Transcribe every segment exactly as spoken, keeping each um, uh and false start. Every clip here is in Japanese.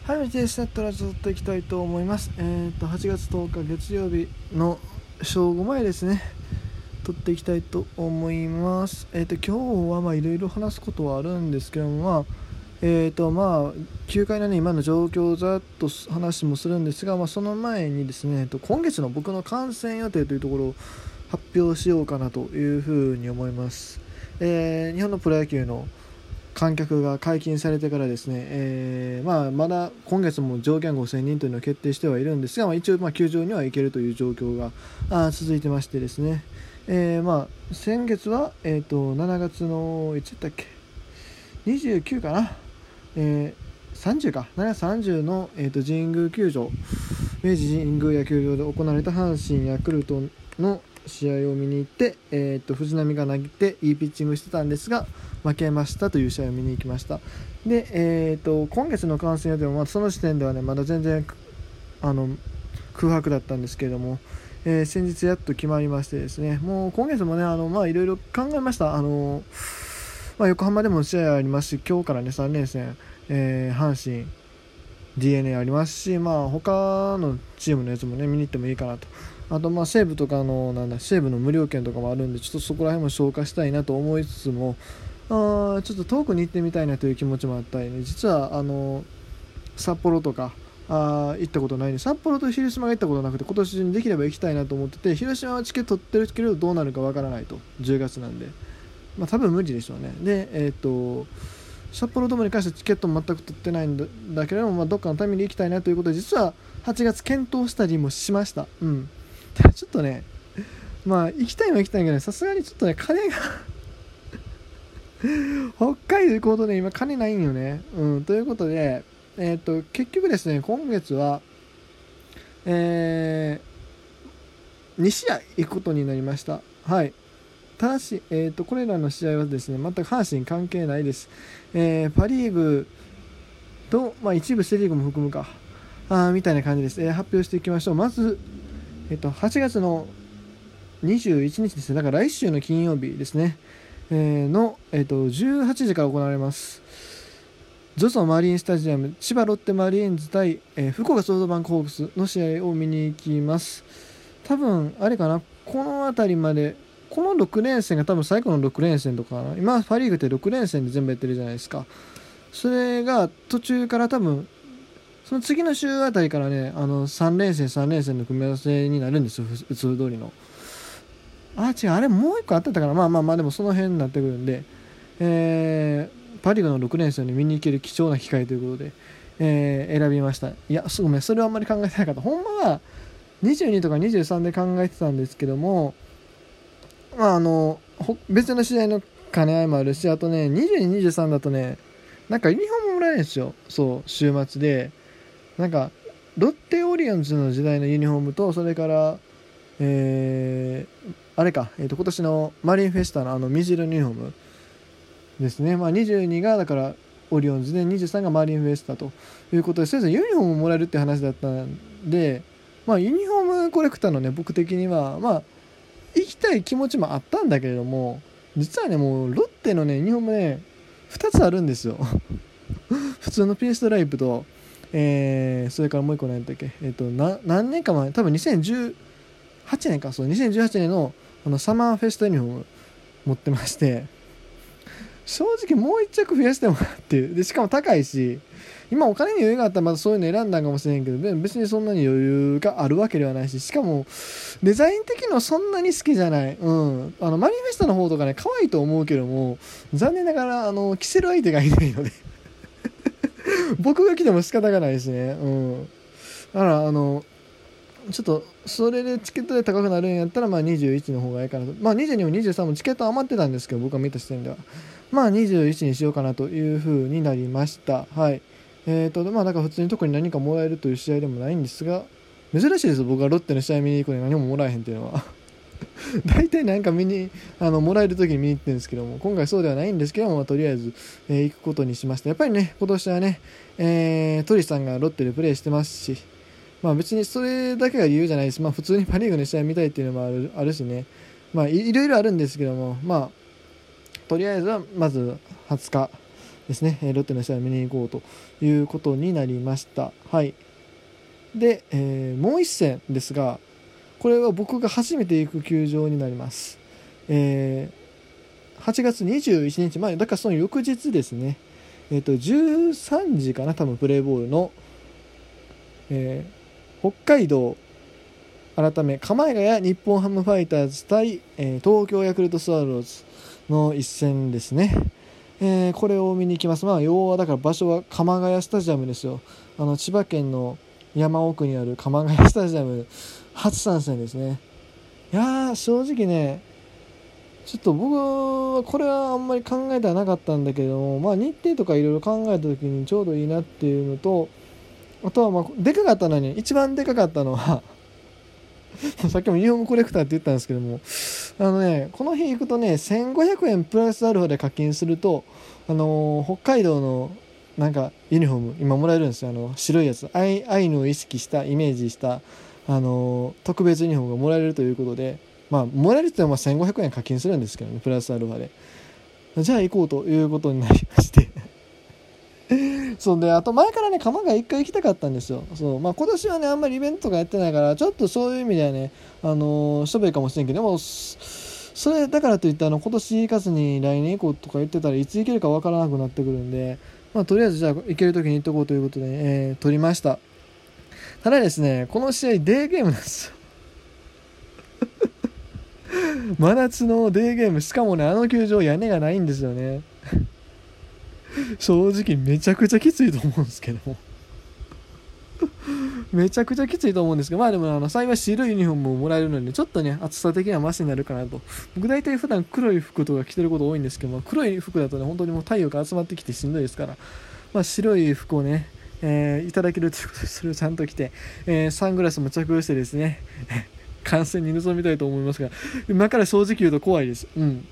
はい、です。だったらずっといきたいと思います。えー、とはちがつとおか月曜日の正午前ですね、撮っていきたいと思います。えー、と今日はまあいろいろ話すことはあるんですけども、まあえーとまあ、球界の、ね、今の状況をざっと話もするんですが、まあ、その前にですね、今月の僕の観戦予定というところを発表しようかなというふうに思います。えー、日本のプロ野球の観客が解禁されてからですね、えーまあ、まだ今月も上限ごせんにんというのを決定してはいるんですが、まあ、一応まあ球場には行けるという状況があ続いてましてですね、えーまあ、先月は、えー、としちがつのいつだっけにじゅうくかな、えー、さんじゅうかしちがつさんじゅうの、えー、と神宮球場明治神宮野球場で行われた阪神ヤクルトの試合を見に行って、えー、と藤浪が投げていいピッチングしてたんですが負けましたという試合を見に行きました。で、えー、と今月の観戦予定も、まあ、その時点ではねまだ全然あの空白だったんですけれども、えー、先日やっと決まりましてですね、もう今月もねあのまあいろいろ考えました。あの、まあ、横浜でも試合ありますし、今日からねさん連戦、えー、阪神 ディーエヌエー ありますし、まあ、他のチームのやつもね見に行ってもいいかなと。あとまあ西武とかのなんだ西武の無料券とかもあるんで、ちょっとそこら辺も消化したいなと思いつつも、あちょっと遠くに行ってみたいなという気持ちもあったりね、実はあの札幌とかあ行ったことないんで、札幌と広島が行ったことなくて、今年中にできれば行きたいなと思ってて、広島はチケット取ってるけどどうなるかわからないと、じゅうがつなんで、まあ多分無理でしょうね。でえっ、と札幌ドームに関してはチケットも全く取ってないんだ、だけれども、まあ、どっかのために行きたいなということで、実ははちがつ検討したりもしました。うん。ただちょっとね、まあ行きたいのは行きたいけど、さすがにちょっとね金が北海道行くほどね今金ないんよね。うん。ということで、えっ、と結局ですね、今月はえー、に試合行くことになりました。はい。ただし、えー、とこれらの試合はですね全く阪神関係ないです。えー、パ・リーグと、まあ、一部セ・リーグも含むかあみたいな感じです。えー、発表していきましょう。まず、えー、とはちがつのにじゅういちにちですね、だから来週の金曜日ですね、えー、の、えー、とじゅうはちじから行われます ゾゾ マリンスタジアム千葉ロッテマリーンズ対、えー、福岡ソフトバンクホークスの試合を見に行きます。多分あれかな、この辺りまでこのろく連戦が多分最後のろく連戦とかな。今パ・リーグってろく連戦で全部やってるじゃないですか。それが途中から多分その次の週あたりからね、あのさん連戦さん連戦の組み合わせになるんですよ、普通通りの。あ違う、あれもう一個あってたから、まあまあまあ、でもその辺になってくるんで、えー、パ・リーグのろく連戦に見に行ける貴重な機会ということで、えー、選びました。いやごめん、それはあんまり考えてなかった。ほんまはにじゅうにとかにじゅうさんで考えてたんですけども、まあ、あの別の試合の兼ね合いもあるし、あとねにじゅうに、にじゅうさんだとねなんかユニフォームもらえるんですよ。そう週末でなんかロッテオリオンズの時代のユニフォームと、それからえー、あれか、えー、と今年のマリンフェスタのあの水色のユニフォームですね。まあ、にじゅうにがだからオリオンズでにじゅうさんがマリンフェスタということで、それぞれユニフォームもらえるって話だったんで、まあ、ユニフォームコレクターのね僕的にはまあ行きたい気持ちもあったんだけれども、実はねもうロッテのねユニフォームねふたつあるんですよ普通のピンストライプと、えー、それからもう一個何だっけ、えっとな何年か前、多分にせんじゅうはちねんか、そうにせんじゅうはちねんのあのサマーフェストユニフォーム持ってまして、正直もう一着増やしてもらっていうで、しかも高いし、今お金に余裕があったらまたそういうの選んだんかもしれんけど、別にそんなに余裕があるわけではないし、しかもデザイン的にはそんなに好きじゃない。うん。あのマリフェスタの方とかね可愛いと思うけども、残念ながらあの着せる相手がいないので僕が着ても仕方がないしね。うん。だからあのちょっとそれでチケットで高くなるんやったらまあにじゅういちの方がいいかなと。まあにじゅうにもにじゅうさんもチケット余ってたんですけど、僕が見た時点ではまあにじゅういちにしようかなという風になりました。はい。えーとまあだから普通に特に何かもらえるという試合でもないんですが、珍しいです。僕がロッテの試合見に行くのに何ももらえへんっていうのは大体なんか見にあのもらえる時に見に行ってるんですけども、今回そうではないんですけども、まあ、とりあえず、えー、行くことにしました。やっぱりね今年はね、えー、トリさんがロッテでプレーしてますし、まあ別にそれだけが理由じゃないです。まあ普通にパ・リーグの試合見たいっていうのもある、あるしね、まあいろいろあるんですけども、まあとりあえずはまずはつかですね、ロッテの試合を見に行こうということになりました。はい。で、えー、もう一戦ですが、これは僕が初めて行く球場になります。えー、はちがつにじゅういちにち、まあ、だからその翌日ですね、えっと、じゅうさんじかな、多分プレーボールの、えー、北海道、改め鎌ヶ谷日本ハムファイターズ対、えー、東京ヤクルトスワローズの一戦ですね。えー、これを見に行きます。まあ要はだから場所は鎌ヶ谷スタジアムですよ。あの千葉県の山奥にある鎌ヶ谷スタジアム初参戦ですね。いやー正直ね、ちょっと僕はこれはあんまり考えてはなかったんだけども、まあ日程とかいろいろ考えた時にちょうどいいなっていうのと、あとはまあでかかったのに一番でかかったのはさっきもユニフォームコレクターって言ったんですけども、あのね、この日行くとね、せんごひゃくえんプラスアルファで課金すると、あのー、北海道のなんかユニフォーム今もらえるんですよ。あの白いやつ、アイ、アイヌを意識したイメージした、あのー、特別ユニフォームがもらえるということで、まあもらえるって言ってもせんごひゃくえん課金するんですけどね、プラスアルファで。じゃあ行こうということになりましてそうで、あと前からね、鎌ヶ谷一回行きたかったんですよ。そう、まあ今年はね、あんまりイベントとかやってないから、ちょっとそういう意味ではね、あのー、しょぼいかもしれんけど、でも、それだからといって、あの、今年行かずに来年行こうとか言ってたらいつ行けるかわからなくなってくるんで、まあとりあえずじゃあ行ける時に行っとこうということで、えー、撮りました。ただですね、この試合デーゲームなんですよ。真夏のデーゲーム、しかもね、あの球場屋根がないんですよね。正直めちゃくちゃきついと思うんですけどもめちゃくちゃきついと思うんですけど、まあでもあの幸い白いユニフォームをもらえるのでちょっとね暑さ的にはマシになるかなと。僕大体普段黒い服とか着てること多いんですけども、黒い服だとね本当にもう太陽が集まってきてしんどいですから、まあ、白い服をね、えー、いただけるということでそれをちゃんと着て、えー、サングラスも着用してですね観戦に臨みたいと思いますが、今から正直言うと怖いです。うん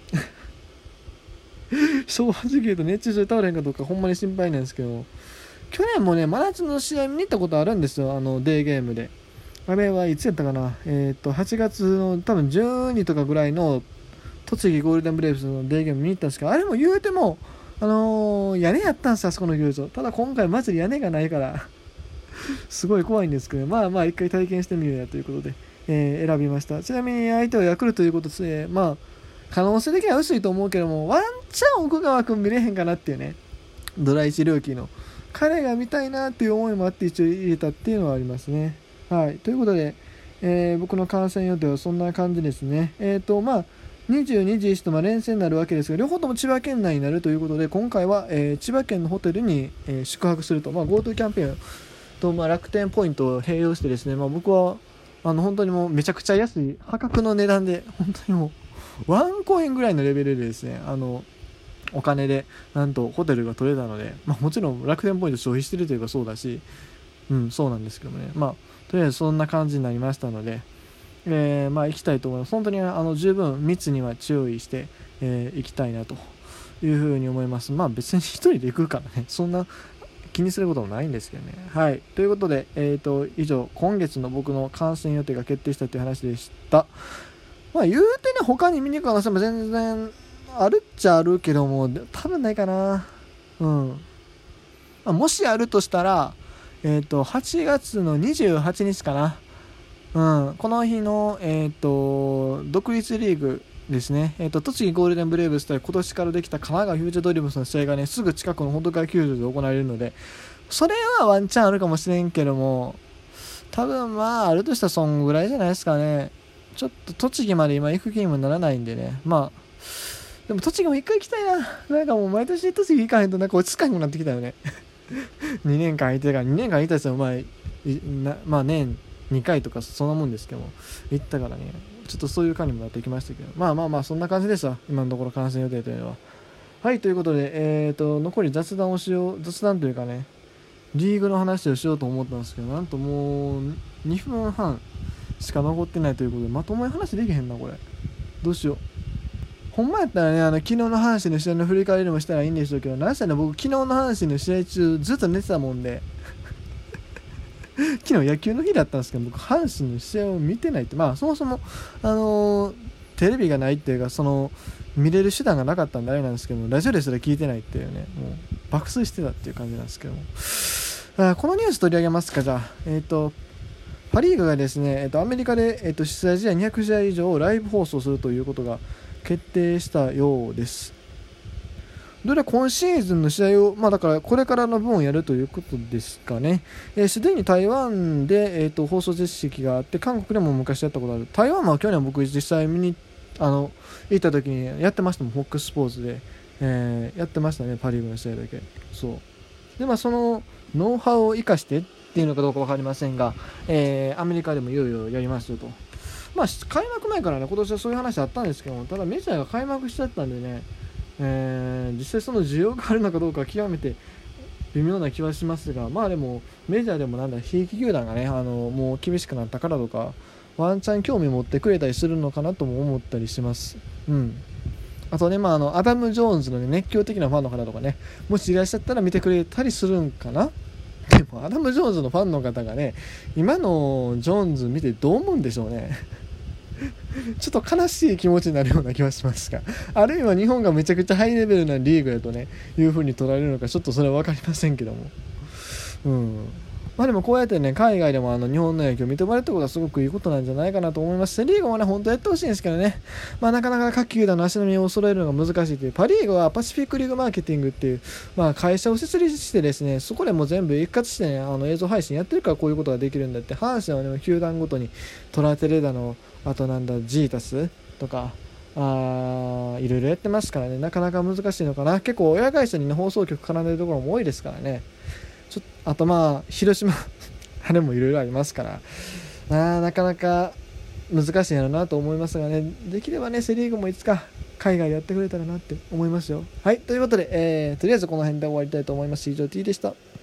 正直言うと熱中症で倒れへんかどうかほんまに心配なんですけど、去年もね真夏の試合見に行ったことあるんですよ。あのデーゲームで、あれはいつやったかな、えっとはちがつの多分じゅうにとかぐらいの栃木ゴールデンブレーブスのデーゲーム見に行ったんですけど、あれも言うてもあのー、屋根やったんですよ、あそこの球場。ただ今回マジで屋根がないからすごい怖いんですけど、まあまあ一回体験してみようやということで、えー、選びました。ちなみに相手はヤクルトということで、まあ可能性的には薄いと思うけども、ワンチャン奥川君見れへんかなっていうね、ドライチルーキーの彼が見たいなっていう思いもあって一応入れたっていうのはありますね。はい、ということで、えー、僕の観戦予定はそんな感じですね。えっとまあにじゅうに、じゅういちとまあ連戦になるわけですが、両方とも千葉県内になるということで、今回は、えー、千葉県のホテルに、えー、宿泊すると、まあ、GoTo キャンペーンと、まあ、楽天ポイントを併用してですね、まあ、僕はあの本当にもうめちゃくちゃ安い破格の値段で、本当にもうワンコインぐらいのレベルでですね、あのお金でなんとホテルが取れたので、まあ、もちろん楽天ポイント消費してるというかそうだし、うんそうなんですけどもね、まあとりあえずそんな感じになりましたので、えー、まあ行きたいと思います。本当にあの十分密には注意して、えー、行きたいなというふうに思います。まあ別に一人で行くからね、そんな気にすることもないんですけどね。はい、ということで、えーと以上今月の僕の観戦予定が決定したという話でした。まあ言うてね、他に見に行く可能性も全然あるっちゃあるけども、多分ないかな。うん、まあ、もしあるとしたらえっ、ー、とはちがつのにじゅうはちにちかな。うん、この日の、えー、と独立リーグですね、えー、と栃木ゴールデンブレーブス対今年からできた神奈川フューチャードリームスの試合がねすぐ近くの本川球場で行われるので、それはワンチャンあるかもしれんけども、多分まああるとしたらそんぐらいじゃないですかね。ちょっと栃木まで今行く気にもならないんでね、まあでも栃木も一回行きたいな。なんかもう毎年栃木行かへんとなんか落ち着かなくなってきたよねにねんかん空いてからにねんかん空いたやつはまあまあ年にかいとかそんなもんですけども行ったからね、ちょっとそういう感じにもなってきましたけど、まあまあまあそんな感じですわ今のところ観戦予定というのは。はい、ということでえーと残り雑談をしよう、雑談というかねリーグの話をしようと思ったんですけど、なんともうにふんはんしか残ってないということでまともに話できへんなこれ。どうしよう。ほんまやったらね、あの昨日の阪神の試合の振り返りもしたらいいんでしょうけど、なんせね僕昨日の阪神の試合中ずっと寝てたもんで昨日野球の日だったんですけど、僕阪神の試合を見てないって、まあそもそもあのー、テレビがないっていうかその見れる手段がなかったんであれなんですけども、ラジオですら聞いてないっていうね、も爆睡してたっていう感じなんですけども、あこのニュース取り上げますか。じゃあ、えっ、ー、とパ・リーグがですね、えー、とアメリカで、えー、と出場試合にひゃくしあい以上をライブ放送するということが決定したようです。どれは今シーズンの試合を、まあ、だからこれからの分をやるということですかね。す、えー、で、に台湾で、えー、と放送実績があって、韓国でも昔やったことある。台湾は去年僕実際見にあの行った時にやってましたもん。フォックススポーツで、えー、やってましたね、パ・リーグの試合だけ。そうで、まあ、そのノウハウを生かしてっていうのかどうか分かりませんが、えー、アメリカでもいよいよやりますよと。まあ、開幕前からね、今年はそういう話あったんですけども、ただメジャーが開幕しちゃったんでね、えー、実際その需要があるのかどうか極めて微妙な気はしますが、まあでもメジャーでもなんだひいき球団がね、あのもう厳しくなったからとかワンチャン興味持ってくれたりするのかなとも思ったりします。うん。あとね、まあ、あのアダム・ジョーンズの、ね、熱狂的なファンの方とかね、もしいらっしゃったら見てくれたりするんかな。でもアダム・ジョーンズのファンの方がね、今のジョーンズ見てどう思うんでしょうね。ちょっと悲しい気持ちになるような気はしますが、あるいは日本がめちゃくちゃハイレベルなリーグだとねいう風に取られるのかちょっとそれは分かりませんけども、うんまあでもこうやってね海外でもあの日本の野球を認められるってことはすごくいいことなんじゃないかなと思います。セリーグもね本当やってほしいんですけどね、まあなかなか各球団の足並みを揃えるのが難しいという。パリーグはパシフィックリーグマーケティングっていう、まあ、会社を設立してですね、そこでもう全部一括してねあの映像配信やってるからこういうことができるんだって。阪神はね球団ごとにトラテレだの、あとなんだジータスとかあいろいろやってますからね、なかなか難しいのかな。結構親会社に、ね、放送局絡んでるところも多いですからね。ちょあとまあ広島あれもいろいろありますからあなかなか難しいやろなと思いますがね、できればねセリーグもいつか海外でやってくれたらなって思いますよ。はい、ということで、えー、とりあえずこの辺で終わりたいと思います。以上 T でした。